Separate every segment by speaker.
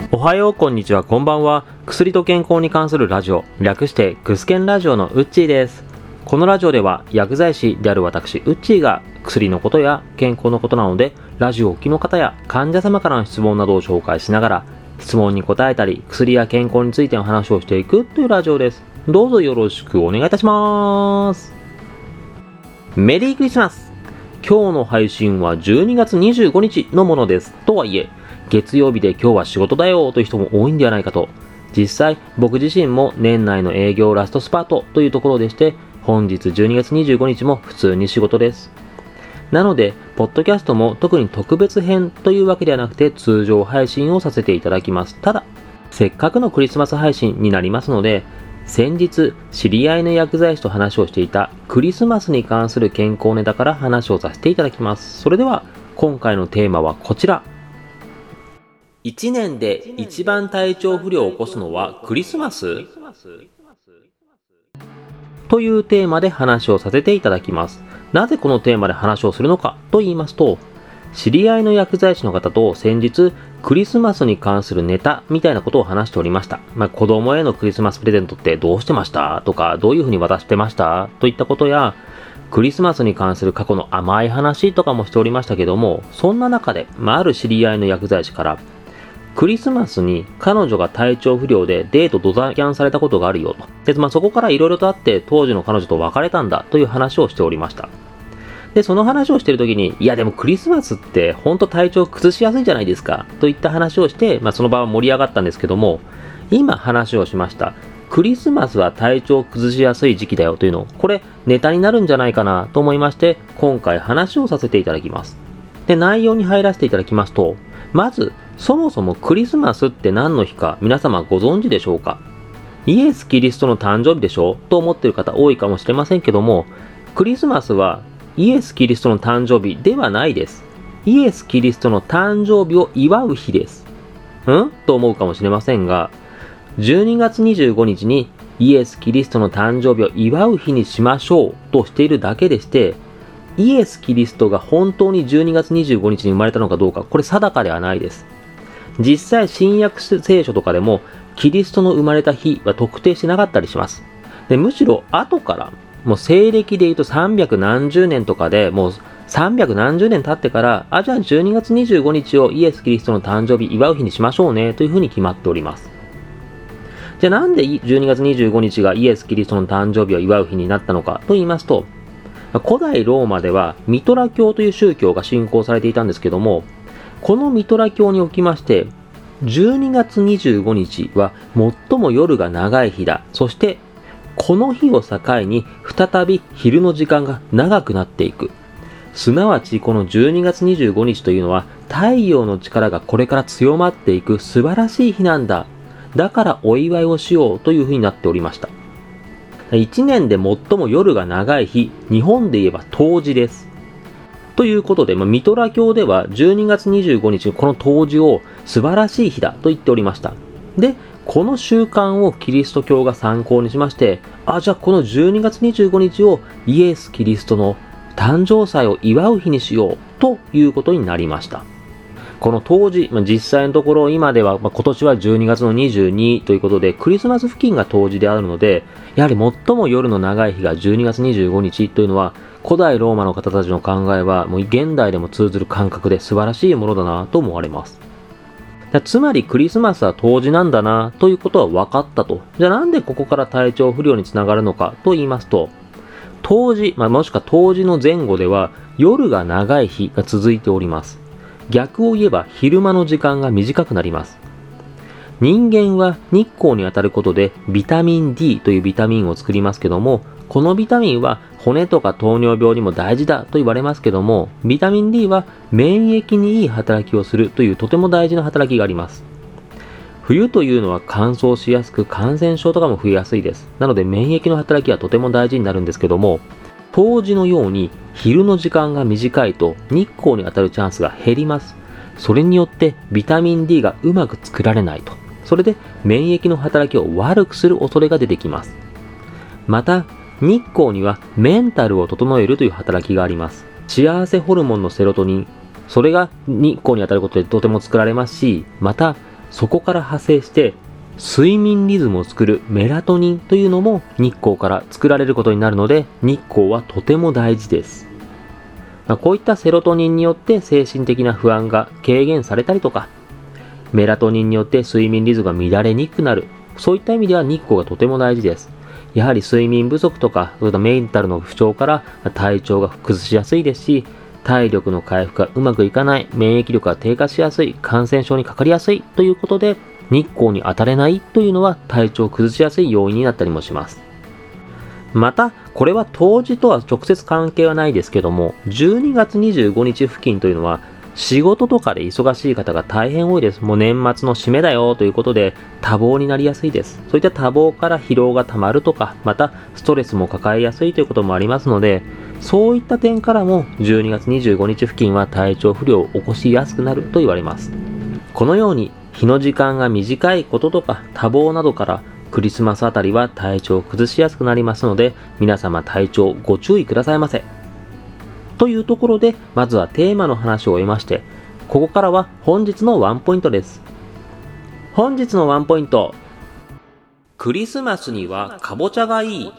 Speaker 1: おはよう、こんにちは、こんばんは。薬と健康に関するラジオ、略してクスケンラジオのウッチーです。このラジオでは薬剤師である私ウッチーが薬のことや健康のことなので、ラジオをお聞きの方や患者様からの質問などを紹介しながら、質問に答えたり薬や健康についての話をしていくというラジオです。どうぞよろしくお願いいたします。メリークリスマス。今日の配信は12月25日のものです。とはいえ、月曜日で今日は仕事だよという人も多いんではないかと。実際僕自身も年内の営業ラストスパートというところでして、本日12月25日も普通に仕事です。なのでポッドキャストも特に特別編というわけではなくて通常配信をさせていただきます。ただせっかくのクリスマス配信になりますので、先日知り合いの薬剤師と話をしていたクリスマスに関する健康ネタから話をさせていただきます。それでは今回のテーマはこちら。1年で一番体調不良を起こすのはクリスマス？というテーマで話をさせていただきます。なぜこのテーマで話をするのかと言いますと、知り合いの薬剤師の方と先日クリスマスに関するネタみたいなことを話しておりました。子供へのクリスマスプレゼントってどうしてましたとか、どういうふうに渡してましたといったことや、クリスマスに関する過去の甘い話とかもしておりましたけども、そんな中で、ある知り合いの薬剤師からクリスマスに彼女が体調不良でデートドタキャンされたことがあるよと。で、そこからいろいろとあって当時の彼女と別れたんだという話をしておりました。で、その話をしている時に、いやでもクリスマスって本当体調崩しやすいじゃないですかといった話をして、その場は盛り上がったんですけども、今話をしましたクリスマスは体調崩しやすい時期だよというの、これネタになるんじゃないかなと思いまして、今回話をさせていただきます。で、内容に入らせていただきますと、まずそもそもクリスマスって何の日か皆様ご存知でしょうか？イエス・キリストの誕生日でしょと思っている方多いかもしれませんけども、クリスマスはイエス・キリストの誕生日ではないです。イエス・キリストの誕生日を祝う日です。と思うかもしれませんが、12月25日にイエス・キリストの誕生日を祝う日にしましょうとしているだけでして、イエス・キリストが本当に12月25日に生まれたのかどうか、これ定かではないです。実際新約聖書とかでもキリストの生まれた日は特定してなかったりします。で、むしろ後からもう西暦で言うと300何十年とかでもう300何十年経ってから、じゃあ12月25日をイエス・キリストの誕生日祝う日にしましょうねというふうに決まっております。じゃあなんで12月25日がイエス・キリストの誕生日を祝う日になったのかと言いますと、古代ローマではミトラ教という宗教が信仰されていたんですけども、このミトラ教におきまして12月25日は最も夜が長い日だ。そしてこの日を境に再び昼の時間が長くなっていく。すなわちこの12月25日というのは太陽の力がこれから強まっていく素晴らしい日なんだ。だからお祝いをしようというふうになっておりました。1年で最も夜が長い日、日本で言えば冬至です。ということで、ミトラ教では12月25日この冬至を素晴らしい日だと言っておりました。で、この習慣をキリスト教が参考にしまして、じゃあこの12月25日をイエス・キリストの誕生祭を祝う日にしようということになりました。この冬至、実際のところ今では、今年は12月の22ということでクリスマス付近が冬至であるので、やはり最も夜の長い日が12月25日というのは古代ローマの方たちの考えはもう現代でも通ずる感覚で素晴らしいものだなと思われます。つまりクリスマスは冬至なんだなということは分かったと。じゃあなんでここから体調不良につながるのかと言いますと、冬至、もしくは冬至の前後では夜が長い日が続いております。逆を言えば昼間の時間が短くなります。人間は日光に当たることでビタミン D というビタミンを作りますけども、このビタミンは骨とか糖尿病にも大事だと言われますけども、ビタミン D は免疫にいい働きをするというとても大事な働きがあります。冬というのは乾燥しやすく感染症とかも増えやすいです。なので免疫の働きはとても大事になるんですけども、冬至のように昼の時間が短いと日光に当たるチャンスが減ります。それによってビタミン D がうまく作られないと。それで免疫の働きを悪くする恐れが出てきます。また日光にはメンタルを整えるという働きがあります。幸せホルモンのセロトニン、それが日光に当たることでとても作られますし、またそこから派生して睡眠リズムを作るメラトニンというのも日光から作られることになるので、日光はとても大事です。こういったセロトニンによって精神的な不安が軽減されたりとか、メラトニンによって睡眠リズムが乱れにくくなる。そういった意味では日光がとても大事です。やはり睡眠不足とか、そういったメンタルの不調から体調が崩しやすいですし、体力の回復がうまくいかない、免疫力が低下しやすい、感染症にかかりやすいということで、日光に当たれないというのは体調を崩しやすい要因になったりもします。また、これは冬至とは直接関係はないですけども、12月25日付近というのは、仕事とかで忙しい方が大変多いです。もう年末の締めだよということで多忙になりやすいです。そういった多忙から疲労がたまるとか、またストレスも抱えやすいということもありますので、そういった点からも12月25日付近は体調不良を起こしやすくなると言われます。このように日の時間が短いこととか多忙などからクリスマスあたりは体調を崩しやすくなりますので、皆様体調ご注意くださいませ。というところで、まずはテーマの話を終えまして、ここからは本日のワンポイントです。本日のワンポイント。クリスマスにはかぼちゃがいい。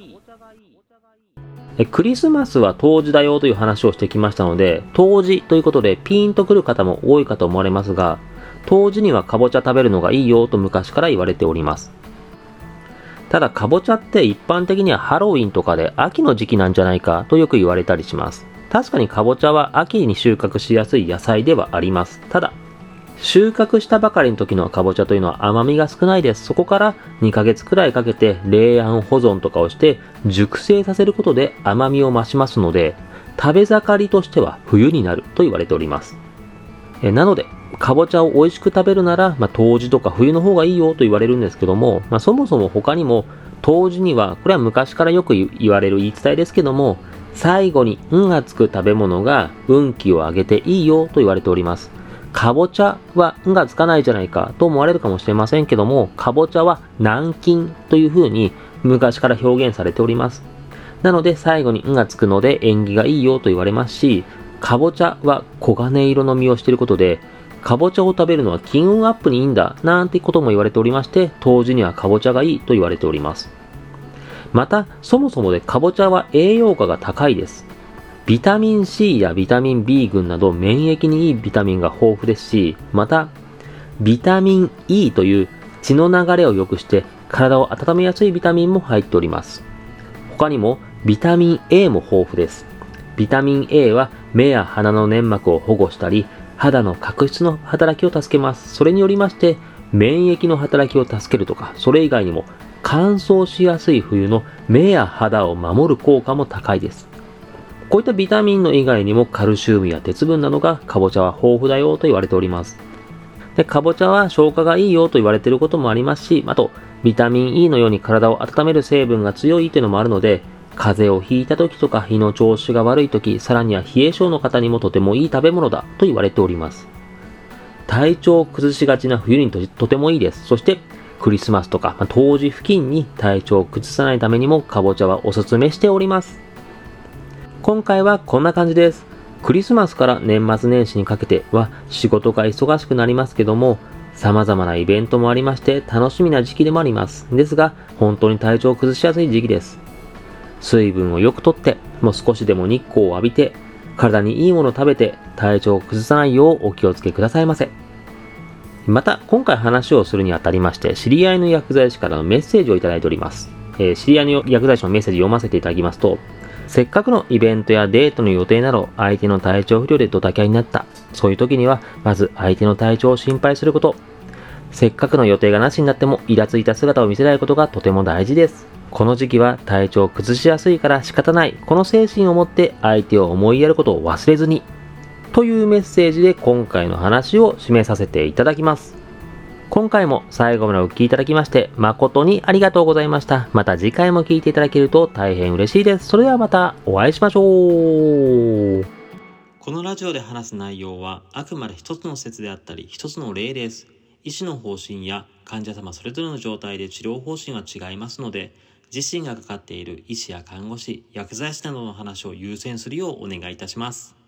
Speaker 1: クリスマスは冬至だよという話をしてきましたので、冬至ということでピーンとくる方も多いかと思われますが、冬至にはかぼちゃ食べるのがいいよと昔から言われております。ただかぼちゃって一般的にはハロウィンとかで秋の時期なんじゃないかとよく言われたりします。確かにかぼちゃは秋に収穫しやすい野菜ではあります。ただ、収穫したばかりの時のかぼちゃというのは甘みが少ないです。そこから2ヶ月くらいかけて冷暗保存とかをして熟成させることで甘みを増しますので、食べ盛りとしては冬になると言われております。なので、かぼちゃを美味しく食べるなら、冬至とか冬の方がいいよと言われるんですけども、そもそも他にも冬至には、これは昔からよく言われる言い伝えですけども、最後に運がつく食べ物が運気を上げていいよと言われております。かぼちゃは運がつかないじゃないかと思われるかもしれませんけども、かぼちゃは南金というふうに昔から表現されております。なので最後に運がつくので縁起がいいよと言われますし、かぼちゃは黄金色の実をしていることで、かぼちゃを食べるのは金運アップにいいんだなんてことも言われておりまして、冬至にはかぼちゃがいいと言われております。また、そもそもでかぼちゃは栄養価が高いです。ビタミン C やビタミン B 群など免疫にいいビタミンが豊富ですし、また、ビタミン E という血の流れを良くして体を温めやすいビタミンも入っております。他にもビタミン A も豊富です。ビタミン A は目や鼻の粘膜を保護したり、肌の角質の働きを助けます。それによりまして、免疫の働きを助けるとか、それ以外にも乾燥しやすい冬の目や肌を守る効果も高いです。こういったビタミンの以外にもカルシウムや鉄分などがかぼちゃは豊富だよと言われております。で、かぼちゃは消化がいいよと言われていることもありますし、あと、ビタミン E のように体を温める成分が強いというのもあるので、風邪をひいた時とか胃の調子が悪い時、さらには冷え性の方にもとてもいい食べ物だと言われております。体調を崩しがちな冬にとてもいいです。そして、クリスマスとか、冬至付近に体調を崩さないためにもかぼちゃはおすすめしております。今回はこんな感じです。クリスマスから年末年始にかけては仕事が忙しくなりますけども、様々なイベントもありまして楽しみな時期でもあります。ですが、本当に体調を崩しやすい時期です。水分をよくとって、もう少しでも日光を浴びて、体にいいものを食べて体調を崩さないようお気をつけくださいませ。また、今回話をするにあたりまして、知り合いの薬剤師からのメッセージをいただいております。知り合いの薬剤師のメッセージを読ませていただきますと、せっかくのイベントやデートの予定など、相手の体調不良でドタキャになった。そういう時には、まず相手の体調を心配すること。せっかくの予定がなしになっても、イラついた姿を見せないことがとても大事です。この時期は体調を崩しやすいから仕方ない。この精神を持って相手を思いやることを忘れずに。というメッセージで今回の話を締めさせていただきます。今回も最後までお聞きいただきまして誠にありがとうございました。また次回も聞いていただけると大変嬉しいです。それではまたお会いしましょう。このラジオで話す内容はあくまで一つの説であったり一つの例です。医師の方針や患者様それぞれの状態で治療方針は違いますので、自身がかかっている医師や看護師、薬剤師などの話を優先するようお願いいたします。